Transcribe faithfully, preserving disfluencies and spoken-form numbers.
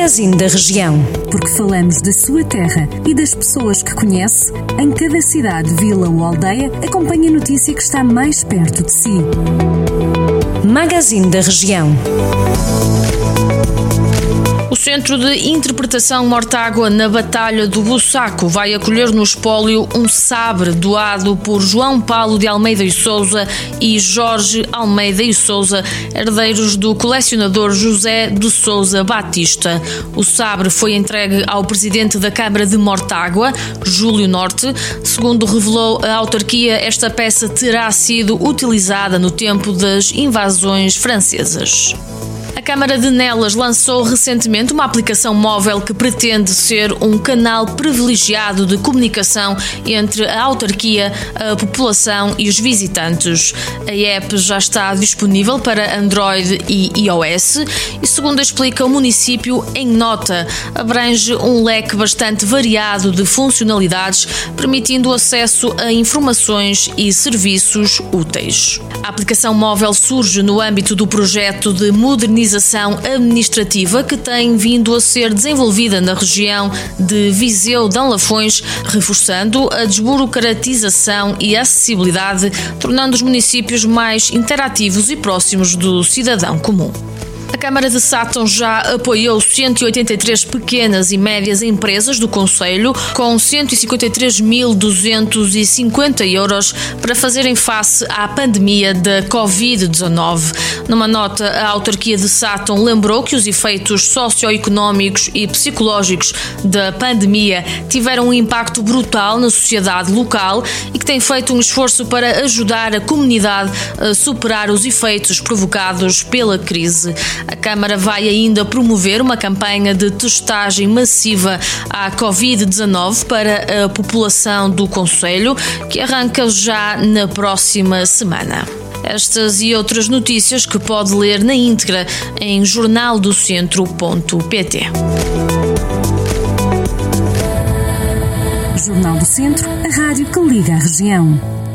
Magazine da Região. Porque falamos da sua terra e das pessoas que conhece, em cada cidade, vila ou aldeia, acompanhe a notícia que está mais perto de si. Magazine da Região. O Centro de Interpretação Mortágua na Batalha do Bussaco vai acolher no espólio um sabre doado por João Paulo de Almeida e Sousa e Jorge Almeida e Sousa, herdeiros do colecionador José de Sousa Batista. O sabre foi entregue ao presidente da Câmara de Mortágua, Júlio Norte. Segundo revelou a autarquia, esta peça terá sido utilizada no tempo das invasões francesas. A Câmara de Nelas lançou recentemente uma aplicação móvel que pretende ser um canal privilegiado de comunicação entre a autarquia, a população e os visitantes. A app já está disponível para Android e iOS e, segundo explica o município em nota, abrange um leque bastante variado de funcionalidades, permitindo acesso a informações e serviços úteis. A aplicação móvel surge no âmbito do projeto de modernização administrativa que tem vindo a ser desenvolvida na região de Viseu de Lafões, reforçando a desburocratização e acessibilidade, tornando os municípios mais interativos e próximos do cidadão comum. A Câmara de Sátão já apoiou cento e oitenta e três pequenas e médias empresas do concelho com cento e cinquenta e três mil duzentos e cinquenta euros para fazerem face à pandemia da covid dezanove. Numa nota, a autarquia de Sátão lembrou que os efeitos socioeconómicos e psicológicos da pandemia tiveram um impacto brutal na sociedade local e que tem feito um esforço para ajudar a comunidade a superar os efeitos provocados pela crise. A Câmara vai ainda promover uma campanha de testagem massiva à covid dezanove para a população do concelho, que arranca já na próxima semana. Estas e outras notícias que pode ler na íntegra em jornal do centro ponto pt. Jornal do Centro, a rádio que liga a região.